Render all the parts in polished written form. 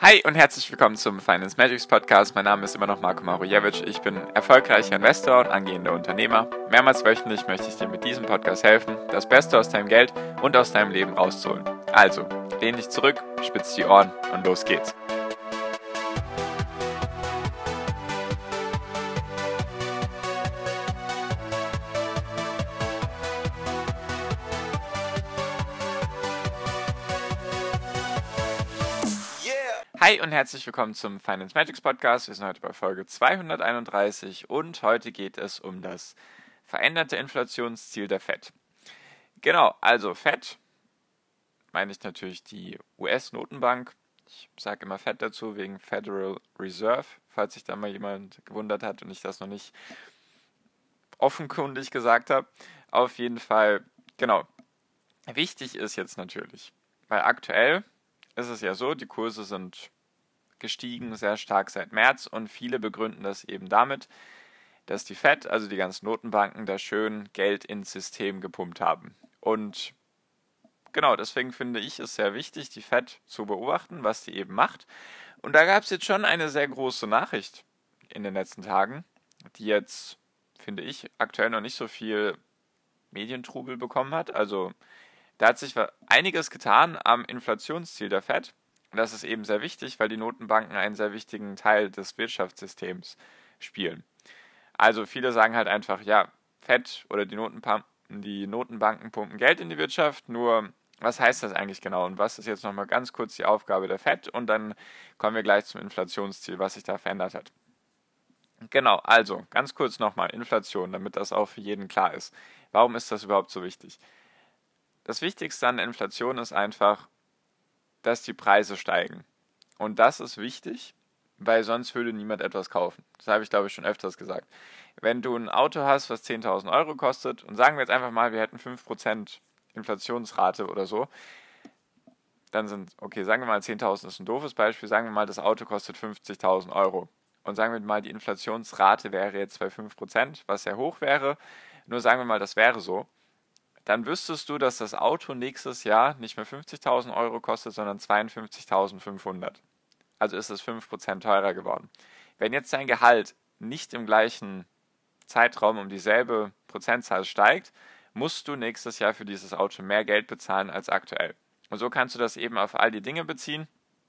Hi und herzlich willkommen zum Finance Magics Podcast. Mein Name ist immer noch Marko Marujewicz. Ich bin erfolgreicher Investor und angehender Unternehmer. Mehrmals wöchentlich möchte ich dir mit diesem Podcast helfen, das Beste aus deinem Geld und aus deinem Leben rauszuholen. Also, lehn dich zurück, spitz die Ohren und los geht's. Hi und herzlich willkommen zum Finance Magics Podcast. Wir sind heute bei Folge 231 und heute geht es um das veränderte Inflationsziel der Fed. Genau, also Fed, meine ich natürlich die US-Notenbank. Ich sage immer Fed dazu wegen Federal Reserve, falls sich da mal jemand gewundert hat und ich das noch nicht offenkundig gesagt habe. Auf jeden Fall, genau, wichtig ist jetzt natürlich, weil aktuell ist es ja so, die Kurse sind gestiegen, sehr stark seit März und viele begründen das eben damit, dass die Fed, also die ganzen Notenbanken, da schön Geld ins System gepumpt haben. Und genau, deswegen finde ich es sehr wichtig, die Fed zu beobachten, was die eben macht. Und da gab es jetzt schon eine sehr große Nachricht in den letzten Tagen, die jetzt, finde ich, aktuell noch nicht so viel Medientrubel bekommen hat. Also da hat sich einiges getan am Inflationsziel der Fed. Das ist eben sehr wichtig, weil die Notenbanken einen sehr wichtigen Teil des Wirtschaftssystems spielen. Also viele sagen halt einfach, ja, Fed oder die Notenbanken pumpen Geld in die Wirtschaft, nur was heißt das eigentlich genau und was ist jetzt nochmal ganz kurz die Aufgabe der Fed und dann kommen wir gleich zum Inflationsziel, was sich da verändert hat. Genau, also ganz kurz nochmal Inflation, damit das auch für jeden klar ist. Warum ist das überhaupt so wichtig? Das Wichtigste an der Inflation ist einfach, dass die Preise steigen. Und das ist wichtig, weil sonst würde niemand etwas kaufen. Das habe ich, glaube ich, schon öfters gesagt. Wenn du ein Auto hast, was 10.000 Euro kostet, und sagen wir jetzt einfach mal, wir hätten 5% Inflationsrate oder so, dann sagen wir mal, 10.000 ist ein doofes Beispiel, sagen wir mal, das Auto kostet 50.000 Euro. Und sagen wir mal, die Inflationsrate wäre jetzt bei 5%, was sehr hoch wäre. Nur sagen wir mal, das wäre so. Dann wüsstest du, dass das Auto nächstes Jahr nicht mehr 50.000 Euro kostet, sondern 52.500. Also ist es 5% teurer geworden. Wenn jetzt dein Gehalt nicht im gleichen Zeitraum um dieselbe Prozentzahl steigt, musst du nächstes Jahr für dieses Auto mehr Geld bezahlen als aktuell. Und so kannst du das eben auf all die Dinge beziehen,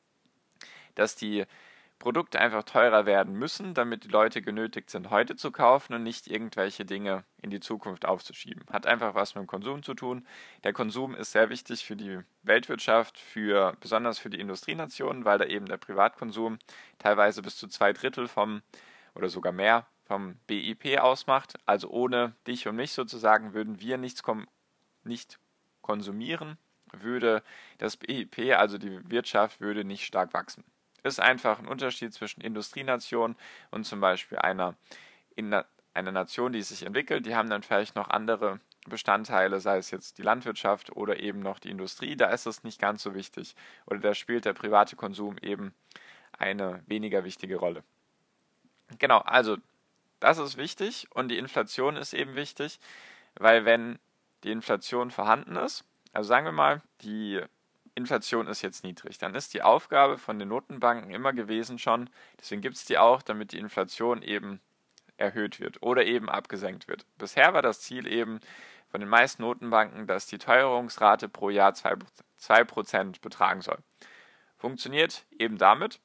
dass die Produkte einfach teurer werden müssen, damit die Leute genötigt sind, heute zu kaufen und nicht irgendwelche Dinge in die Zukunft aufzuschieben. Hat einfach was mit dem Konsum zu tun. Der Konsum ist sehr wichtig für die Weltwirtschaft, besonders für die Industrienationen, weil da eben der Privatkonsum teilweise bis zu 2/3 oder sogar mehr vom BIP ausmacht. Also ohne dich und mich sozusagen würden wir nicht konsumieren, würde das BIP, also die Wirtschaft, würde nicht stark wachsen. Ist einfach ein Unterschied zwischen Industrienation und zum Beispiel einer Nation, die sich entwickelt. Die haben dann vielleicht noch andere Bestandteile, sei es jetzt die Landwirtschaft oder eben noch die Industrie. Da ist es nicht ganz so wichtig. Oder da spielt der private Konsum eben eine weniger wichtige Rolle. Genau, also das ist wichtig und die Inflation ist eben wichtig, weil wenn die Inflation vorhanden ist, also sagen wir mal, die Inflation ist jetzt niedrig, dann ist die Aufgabe von den Notenbanken immer gewesen schon, deswegen gibt es die auch, damit die Inflation eben erhöht wird oder eben abgesenkt wird. Bisher war das Ziel eben von den meisten Notenbanken, dass die Teuerungsrate pro Jahr 2% betragen soll. Funktioniert eben damit,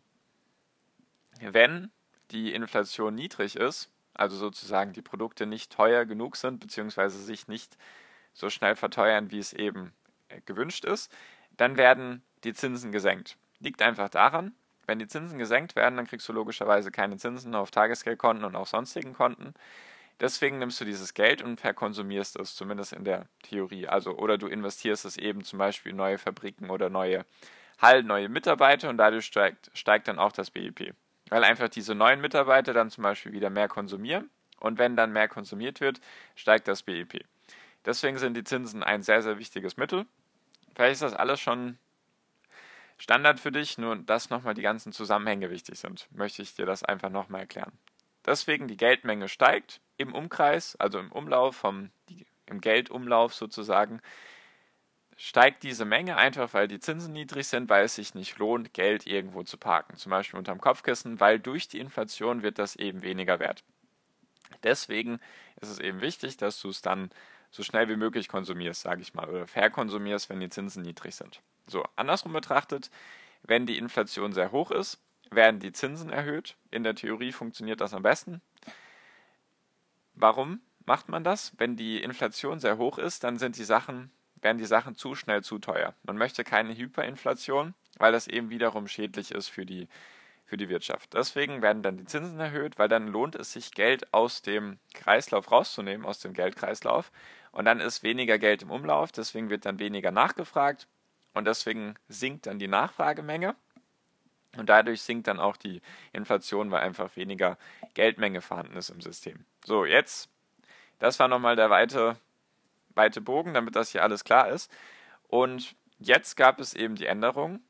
wenn die Inflation niedrig ist, also sozusagen die Produkte nicht teuer genug sind, beziehungsweise sich nicht so schnell verteuern, wie es eben gewünscht ist, dann werden die Zinsen gesenkt. Liegt einfach daran, wenn die Zinsen gesenkt werden, dann kriegst du logischerweise keine Zinsen auf Tagesgeldkonten und auch sonstigen Konten. Deswegen nimmst du dieses Geld und verkonsumierst es, zumindest in der Theorie. Also, oder du investierst es eben zum Beispiel in neue Fabriken oder neue Hallen, neue Mitarbeiter und dadurch steigt dann auch das BIP. Weil einfach diese neuen Mitarbeiter dann zum Beispiel wieder mehr konsumieren und wenn dann mehr konsumiert wird, steigt das BIP. Deswegen sind die Zinsen ein sehr, sehr wichtiges Mittel. Vielleicht ist das alles schon Standard für dich, nur dass nochmal die ganzen Zusammenhänge wichtig sind, möchte ich dir das einfach nochmal erklären. Deswegen die Geldmenge steigt im Umkreis, also im Umlauf, im Geldumlauf sozusagen, steigt diese Menge einfach, weil die Zinsen niedrig sind, weil es sich nicht lohnt, Geld irgendwo zu parken, zum Beispiel unterm Kopfkissen, weil durch die Inflation wird das eben weniger wert. Deswegen ist es eben wichtig, dass du es dann so schnell wie möglich konsumierst, sage ich mal, oder verkonsumierst, wenn die Zinsen niedrig sind. So, andersrum betrachtet, wenn die Inflation sehr hoch ist, werden die Zinsen erhöht. In der Theorie funktioniert das am besten. Warum macht man das? Wenn die Inflation sehr hoch ist, dann werden die Sachen zu schnell zu teuer. Man möchte keine Hyperinflation, weil das eben wiederum schädlich ist für die Wirtschaft. Deswegen werden dann die Zinsen erhöht, weil dann lohnt es sich, Geld aus dem Kreislauf rauszunehmen, aus dem Geldkreislauf. Und dann ist weniger Geld im Umlauf, deswegen wird dann weniger nachgefragt und deswegen sinkt dann die Nachfragemenge. Und dadurch sinkt dann auch die Inflation, weil einfach weniger Geldmenge vorhanden ist im System. So, jetzt, das war nochmal der weite Bogen, damit das hier alles klar ist. Und jetzt gab es eben die Änderung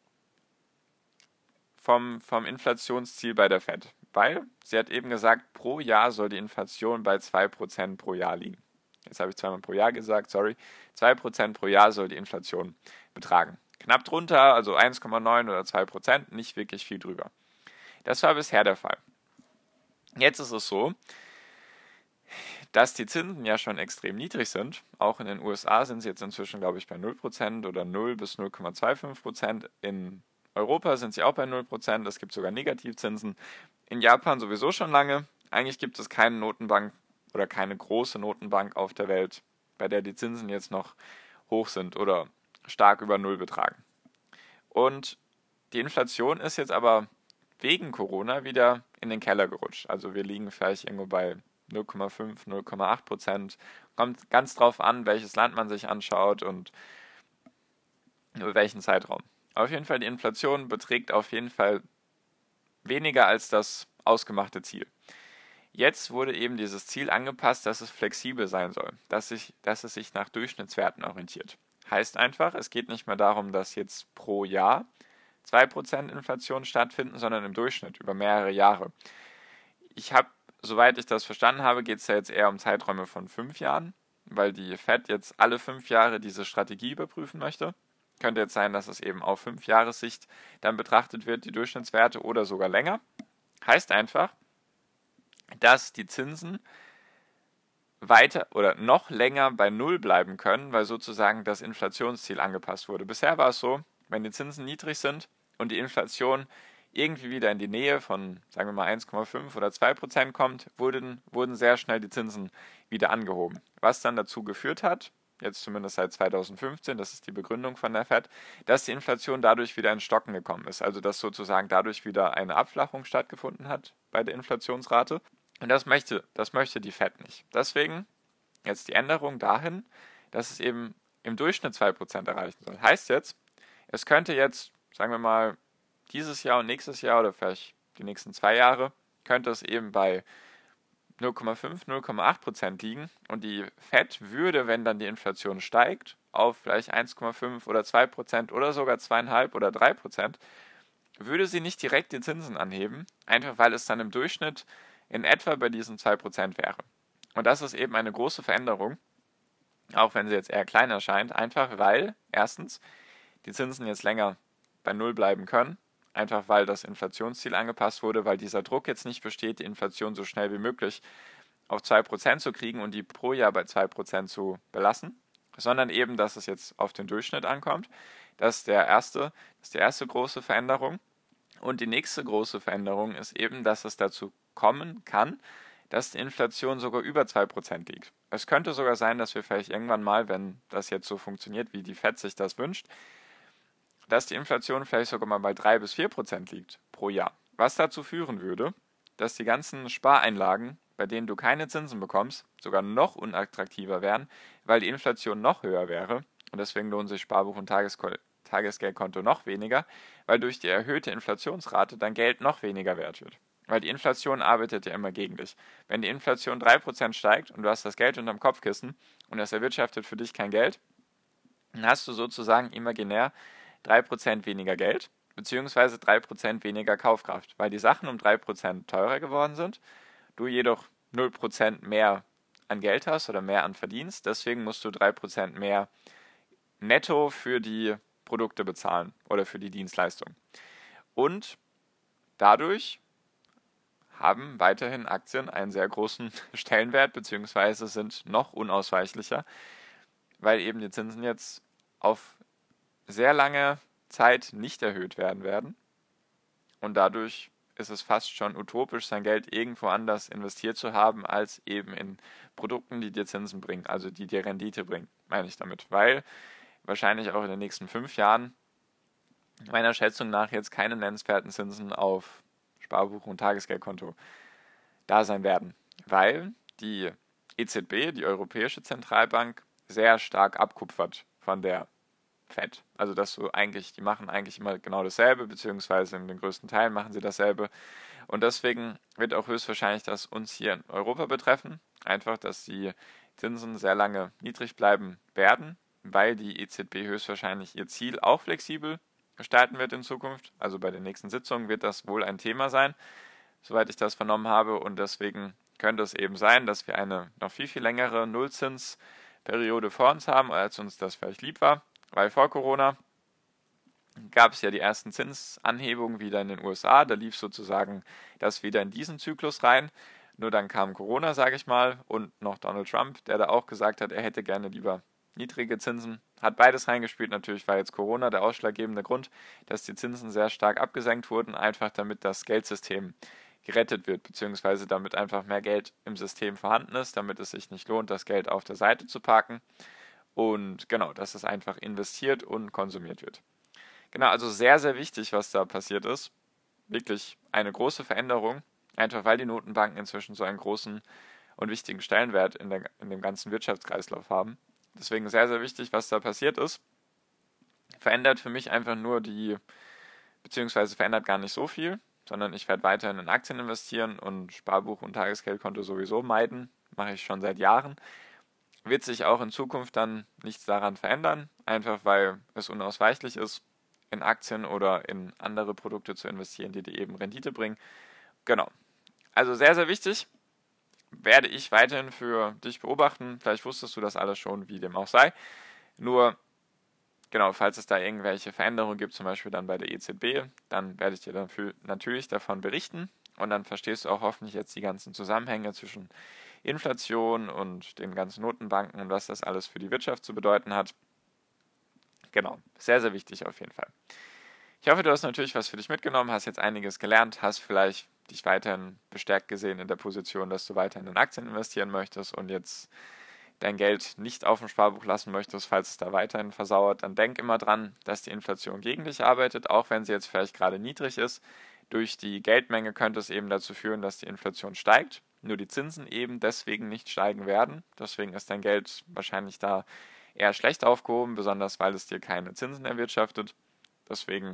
vom Inflationsziel bei der Fed, weil sie hat eben gesagt, pro Jahr soll die Inflation bei 2% pro Jahr liegen. Jetzt habe ich zweimal pro Jahr gesagt, sorry. 2% pro Jahr soll die Inflation betragen. Knapp drunter, also 1,9 oder 2%, nicht wirklich viel drüber. Das war bisher der Fall. Jetzt ist es so, dass die Zinsen ja schon extrem niedrig sind. Auch in den USA sind sie jetzt inzwischen, glaube ich, bei 0% oder 0 bis 0,25%. In Europa sind sie auch bei 0%. Es gibt sogar Negativzinsen. In Japan sowieso schon lange. Eigentlich gibt es keine Notenbank oder keine große Notenbank auf der Welt, bei der die Zinsen jetzt noch hoch sind oder stark über Null betragen. Und die Inflation ist jetzt aber wegen Corona wieder in den Keller gerutscht. Also wir liegen vielleicht irgendwo bei 0,5, 0,8%. Kommt ganz drauf an, welches Land man sich anschaut und über welchen Zeitraum. Auf jeden Fall, die Inflation beträgt auf jeden Fall weniger als das ausgemachte Ziel. Jetzt wurde eben dieses Ziel angepasst, dass es flexibel sein soll, dass es sich nach Durchschnittswerten orientiert. Heißt einfach, es geht nicht mehr darum, dass jetzt pro Jahr 2% Inflation stattfinden, sondern im Durchschnitt über mehrere Jahre. Soweit ich das verstanden habe, geht es ja jetzt eher um Zeiträume von 5 Jahren, weil die Fed jetzt alle 5 Jahre diese Strategie überprüfen möchte. Könnte jetzt sein, dass es eben auf 5 Jahressicht dann betrachtet wird, die Durchschnittswerte oder sogar länger. Heißt einfach, dass die Zinsen weiter oder noch länger bei Null bleiben können, weil sozusagen das Inflationsziel angepasst wurde. Bisher war es so, wenn die Zinsen niedrig sind und die Inflation irgendwie wieder in die Nähe von, sagen wir mal, 1,5 oder 2% kommt, wurden sehr schnell die Zinsen wieder angehoben. Was dann dazu geführt hat, jetzt zumindest seit 2015, das ist die Begründung von der Fed, dass die Inflation dadurch wieder ins Stocken gekommen ist. Also dass sozusagen dadurch wieder eine Abflachung stattgefunden hat bei der Inflationsrate. Und das möchte die Fed nicht. Deswegen jetzt die Änderung dahin, dass es eben im Durchschnitt 2% erreichen soll. Heißt jetzt, es könnte jetzt, sagen wir mal, dieses Jahr und nächstes Jahr oder vielleicht die nächsten 2 Jahre, könnte es eben bei 0,5, 0,8% liegen und die Fed würde, wenn dann die Inflation steigt, auf vielleicht 1,5 oder 2% oder sogar 2,5 oder 3%, würde sie nicht direkt die Zinsen anheben, einfach weil es dann im Durchschnitt in etwa bei diesen 2% wäre. Und das ist eben eine große Veränderung, auch wenn sie jetzt eher klein erscheint, einfach weil, erstens, die Zinsen jetzt länger bei Null bleiben können, einfach weil das Inflationsziel angepasst wurde, weil dieser Druck jetzt nicht besteht, die Inflation so schnell wie möglich auf 2% zu kriegen und die pro Jahr bei 2% zu belassen, sondern eben, dass es jetzt auf den Durchschnitt ankommt. Das ist die erste große Veränderung. Und die nächste große Veränderung ist eben, dass es dazu kommen kann, dass die Inflation sogar über 2% liegt. Es könnte sogar sein, dass wir vielleicht irgendwann mal, wenn das jetzt so funktioniert, wie die Fed sich das wünscht, dass die Inflation vielleicht sogar mal bei 3 bis 4% liegt pro Jahr. Was dazu führen würde, dass die ganzen Spareinlagen, bei denen du keine Zinsen bekommst, sogar noch unattraktiver wären, weil die Inflation noch höher wäre. Und deswegen lohnen sich Sparbuch und Tagesgeldkonto noch weniger, weil durch die erhöhte Inflationsrate dein Geld noch weniger wert wird. Weil die Inflation arbeitet ja immer gegen dich. Wenn die Inflation 3% steigt und du hast das Geld unterm Kopfkissen und das erwirtschaftet für dich kein Geld, dann hast du sozusagen imaginär 3% weniger Geld, beziehungsweise 3% weniger Kaufkraft, weil die Sachen um 3% teurer geworden sind, du jedoch 0% mehr an Geld hast oder mehr an Verdienst, deswegen musst du 3% mehr netto für die Produkte bezahlen oder für die Dienstleistung. Und dadurch haben weiterhin Aktien einen sehr großen Stellenwert, beziehungsweise sind noch unausweichlicher, weil eben die Zinsen jetzt auf sehr lange Zeit nicht erhöht werden. Und dadurch ist es fast schon utopisch, sein Geld irgendwo anders investiert zu haben, als eben in Produkten, die dir Zinsen bringen, also die dir Rendite bringen, meine ich damit. Weil wahrscheinlich auch in den nächsten 5 Jahren meiner Schätzung nach jetzt keine nennenswerten Zinsen auf Sparbuch und Tagesgeldkonto da sein werden, weil die EZB, die Europäische Zentralbank, sehr stark abkupfert von der Fed. Also die machen eigentlich immer genau dasselbe, beziehungsweise in den größten Teilen machen sie dasselbe. Und deswegen wird auch höchstwahrscheinlich das uns hier in Europa betreffen. Einfach, dass die Zinsen sehr lange niedrig bleiben werden, weil die EZB höchstwahrscheinlich ihr Ziel auch flexibel gestalten wird in Zukunft. Also bei den nächsten Sitzungen wird das wohl ein Thema sein, soweit ich das vernommen habe. Und deswegen könnte es eben sein, dass wir eine noch viel, viel längere Nullzinsperiode vor uns haben, als uns das vielleicht lieb war. Weil vor Corona gab es ja die ersten Zinsanhebungen wieder in den USA. Da lief sozusagen das wieder in diesen Zyklus rein. Nur dann kam Corona, sage ich mal, und noch Donald Trump, der da auch gesagt hat, er hätte gerne lieber niedrige Zinsen. Hat beides reingespielt. Natürlich war jetzt Corona der ausschlaggebende Grund, dass die Zinsen sehr stark abgesenkt wurden, einfach damit das Geldsystem gerettet wird, beziehungsweise damit einfach mehr Geld im System vorhanden ist, damit es sich nicht lohnt, das Geld auf der Seite zu parken. Und genau, dass es einfach investiert und konsumiert wird. Genau, also sehr, sehr wichtig, was da passiert ist. Wirklich eine große Veränderung, einfach weil die Notenbanken inzwischen so einen großen und wichtigen Stellenwert in dem ganzen Wirtschaftskreislauf haben. Deswegen sehr, sehr wichtig, was da passiert ist. Verändert für mich einfach nur beziehungsweise verändert gar nicht so viel, sondern ich werde weiterhin in Aktien investieren und Sparbuch und Tagesgeldkonto sowieso meiden. Mache ich schon seit Jahren. Wird sich auch in Zukunft dann nichts daran verändern, einfach weil es unausweichlich ist, in Aktien oder in andere Produkte zu investieren, die dir eben Rendite bringen. Genau. Also sehr, sehr wichtig. Werde ich weiterhin für dich beobachten. Vielleicht wusstest du das alles schon, wie dem auch sei. Nur, genau, falls es da irgendwelche Veränderungen gibt, zum Beispiel dann bei der EZB, dann werde ich dir dafür natürlich davon berichten. Und dann verstehst du auch hoffentlich jetzt die ganzen Zusammenhänge zwischen Inflation und den ganzen Notenbanken und was das alles für die Wirtschaft zu bedeuten hat. Genau, sehr, sehr wichtig auf jeden Fall. Ich hoffe, du hast natürlich was für dich mitgenommen, hast jetzt einiges gelernt, hast vielleicht dich weiterhin bestärkt gesehen in der Position, dass du weiterhin in Aktien investieren möchtest und jetzt dein Geld nicht auf dem Sparbuch lassen möchtest, falls es da weiterhin versauert. Dann denk immer dran, dass die Inflation gegen dich arbeitet, auch wenn sie jetzt vielleicht gerade niedrig ist. Durch die Geldmenge könnte es eben dazu führen, dass die Inflation steigt, nur die Zinsen eben deswegen nicht steigen werden. Deswegen ist dein Geld wahrscheinlich da eher schlecht aufgehoben, besonders weil es dir keine Zinsen erwirtschaftet. Deswegen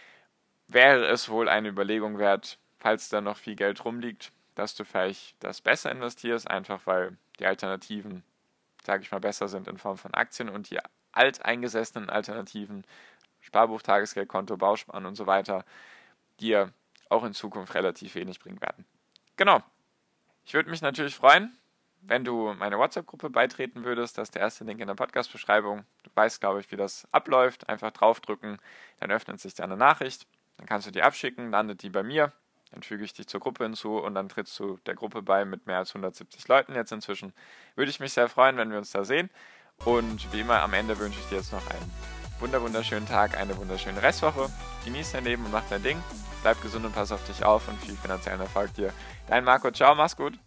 wäre es wohl eine Überlegung wert, falls da noch viel Geld rumliegt, dass du vielleicht das besser investierst, einfach weil die Alternativen, sage ich mal, besser sind in Form von Aktien und die alteingesessenen Alternativen, Sparbuch, Tagesgeldkonto, Bausparen und so weiter, dir auch in Zukunft relativ wenig bringen werden. Genau. Ich würde mich natürlich freuen, wenn du meine WhatsApp-Gruppe beitreten würdest. Das ist der erste Link in der Podcast-Beschreibung. Du weißt, glaube ich, wie das abläuft. Einfach draufdrücken, dann öffnet sich da eine Nachricht. Dann kannst du die abschicken, landet die bei mir. Dann füge ich dich zur Gruppe hinzu und dann trittst du der Gruppe bei mit mehr als 170 Leuten jetzt inzwischen. Würde ich mich sehr freuen, wenn wir uns da sehen. Und wie immer am Ende wünsche ich dir jetzt noch einen wunderschönen Tag, eine wunderschöne Restwoche. Genieß dein Leben und mach dein Ding. Bleib gesund und pass auf dich auf und viel finanziellen Erfolg dir. Dein Marco, ciao, mach's gut.